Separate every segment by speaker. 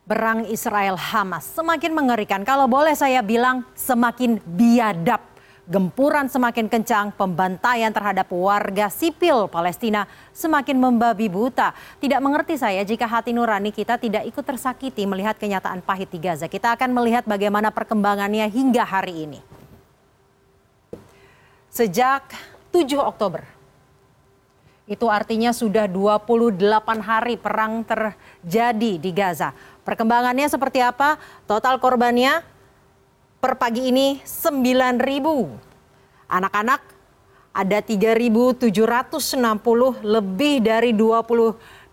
Speaker 1: Perang Israel-Hamas semakin mengerikan. Kalau boleh saya bilang semakin biadab. Gempuran semakin kencang, pembantaian terhadap warga sipil Palestina semakin membabi buta. Tidak mengerti saya jika hati nurani kita tidak ikut tersakiti melihat kenyataan pahit di Gaza. Kita akan melihat bagaimana perkembangannya hingga hari ini. Sejak 7 Oktober, itu artinya sudah 28 hari perang terjadi di Gaza. Perkembangannya seperti apa? Total korbannya per pagi ini 9.000. Anak-anak ada 3.760, lebih dari 22.000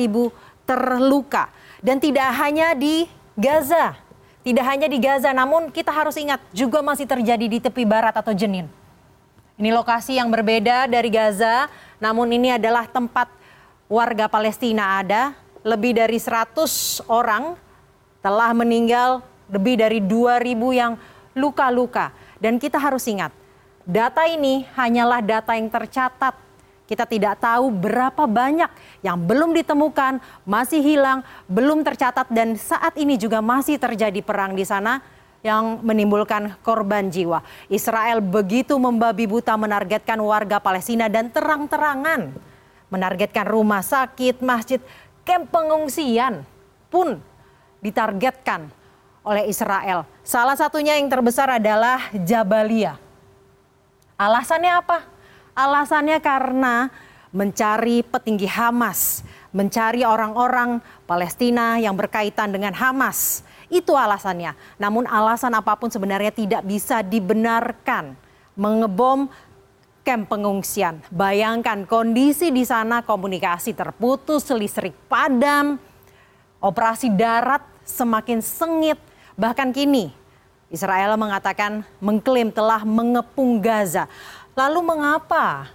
Speaker 1: terluka. Dan tidak hanya di Gaza. Tidak hanya di Gaza, namun kita harus ingat juga masih terjadi di tepi barat atau Jenin. Ini lokasi yang berbeda dari Gaza, namun ini adalah tempat warga Palestina ada. Lebih dari 100 orang telah meninggal, lebih dari 2.000 yang luka-luka. Dan kita harus ingat, data ini hanyalah data yang tercatat. Kita tidak tahu berapa banyak yang belum ditemukan, masih hilang, belum tercatat, dan saat ini juga masih terjadi perang di sana yang menimbulkan korban jiwa. Israel begitu membabi buta menargetkan warga Palestina dan terang-terangan menargetkan rumah sakit, masjid, kamp pengungsian pun ditargetkan oleh Israel. Salah satunya yang terbesar adalah Jabalia. Alasannya apa? Alasannya karena mencari petinggi Hamas, mencari orang-orang Palestina yang berkaitan dengan Hamas. Itu alasannya. Namun alasan apapun sebenarnya tidak bisa dibenarkan mengebom kamp pengungsian. Bayangkan kondisi di sana, komunikasi terputus, listrik padam, operasi darat semakin sengit. Bahkan kini Israel mengatakan mengklaim telah mengepung Gaza. Lalu mengapa?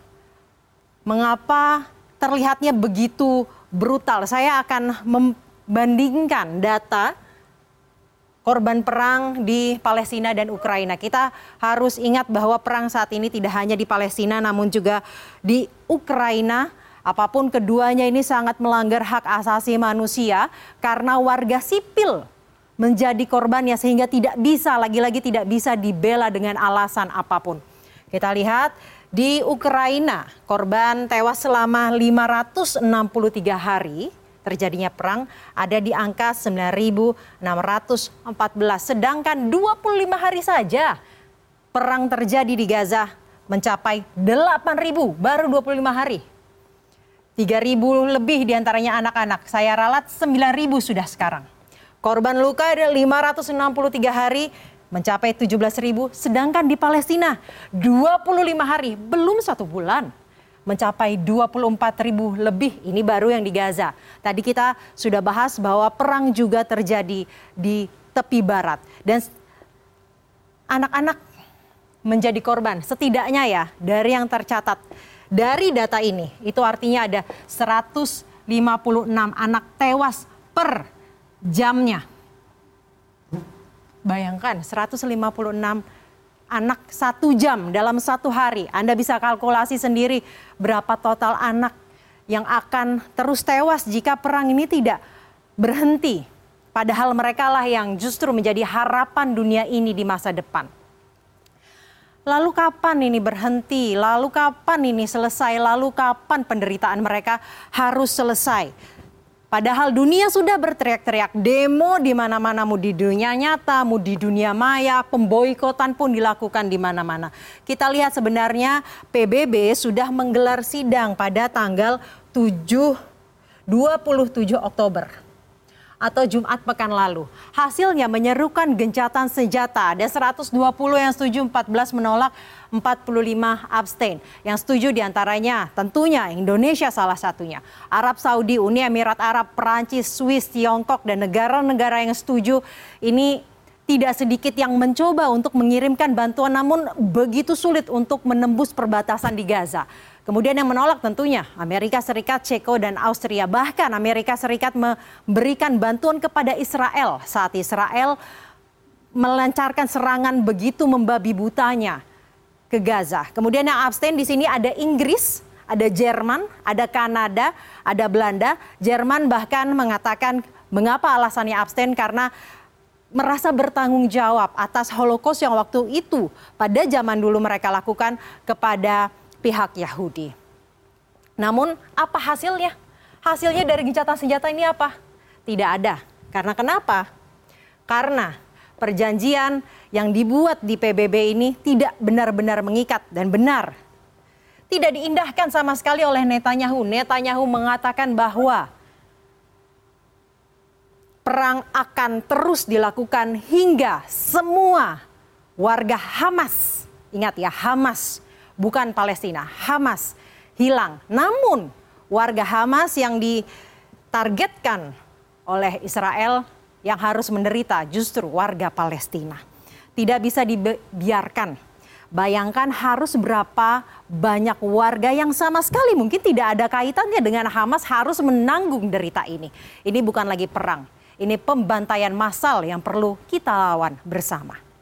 Speaker 1: Mengapa terlihatnya begitu brutal? Saya akan membandingkan data korban perang di Palestina dan Ukraina. Kita harus ingat bahwa perang saat ini tidak hanya di Palestina namun juga di Ukraina. Apapun keduanya ini sangat melanggar hak asasi manusia karena warga sipil menjadi korbannya sehingga tidak bisa, lagi-lagi tidak bisa dibela dengan alasan apapun. Kita lihat di Ukraina, korban tewas selama 563 hari. Terjadinya perang ada di angka 9.614. Sedangkan 25 hari saja perang terjadi di Gaza mencapai 8.000 baru 25 hari. 3.000 lebih diantaranya anak-anak. Saya ralat 9.000 sudah sekarang. Korban luka ada 563 hari mencapai 17.000. Sedangkan di Palestina 25 hari belum 1 bulan. Mencapai 24.000 lebih, ini baru yang di Gaza. Tadi kita sudah bahas bahwa perang juga terjadi di tepi barat. Dan anak-anak menjadi korban, setidaknya ya dari yang tercatat. Dari data ini, itu artinya ada 156 anak tewas per jamnya. Bayangkan 156 anak 1 jam dalam 1 hari. Anda bisa kalkulasi sendiri berapa total anak yang akan terus tewas jika perang ini tidak berhenti. Padahal mereka lah yang justru menjadi harapan dunia ini di masa depan. Lalu kapan ini berhenti? Lalu kapan ini selesai? Lalu kapan penderitaan mereka harus selesai? Padahal dunia sudah berteriak-teriak, demo di mana-mana, mau di dunia nyata, mau di dunia maya, pemboikotan pun dilakukan di mana-mana. Kita lihat sebenarnya PBB sudah menggelar sidang pada tanggal 27 Oktober atau Jumat pekan lalu. Hasilnya menyerukan gencatan senjata. Ada 120 yang setuju, 14 menolak, 45 abstain. Yang setuju diantaranya tentunya Indonesia salah satunya. Arab Saudi, Uni Emirat Arab, Perancis, Swiss, Tiongkok, dan negara-negara yang setuju ini tidak sedikit yang mencoba untuk mengirimkan bantuan namun begitu sulit untuk menembus perbatasan di Gaza. Kemudian yang menolak tentunya Amerika Serikat, Ceko, dan Austria. Bahkan Amerika Serikat memberikan bantuan kepada Israel saat Israel melancarkan serangan begitu membabi butanya ke Gaza. Kemudian yang abstain di sini ada Inggris, ada Jerman, ada Kanada, ada Belanda. Jerman bahkan mengatakan Mengapa alasannya abstain? Karena merasa bertanggung jawab atas Holocaust yang waktu itu pada zaman dulu mereka lakukan kepada pihak Yahudi. Namun apa hasilnya? Hasilnya dari gencatan senjata ini apa? Tidak ada. Karena kenapa? Karena perjanjian yang dibuat di PBB ini tidak benar-benar mengikat dan benar. Tidak diindahkan sama sekali oleh Netanyahu. Netanyahu mengatakan bahwa perang akan terus dilakukan hingga semua warga Hamas, ingat ya, Hamas, bukan Palestina, Hamas hilang. Namun warga Hamas yang ditargetkan oleh Israel yang harus menderita justru warga Palestina. Tidak bisa dibiarkan. Bayangkan harus berapa banyak warga yang sama sekali mungkin tidak ada kaitannya dengan Hamas harus menanggung derita ini. Ini bukan lagi perang, ini pembantaian massal yang perlu kita lawan bersama.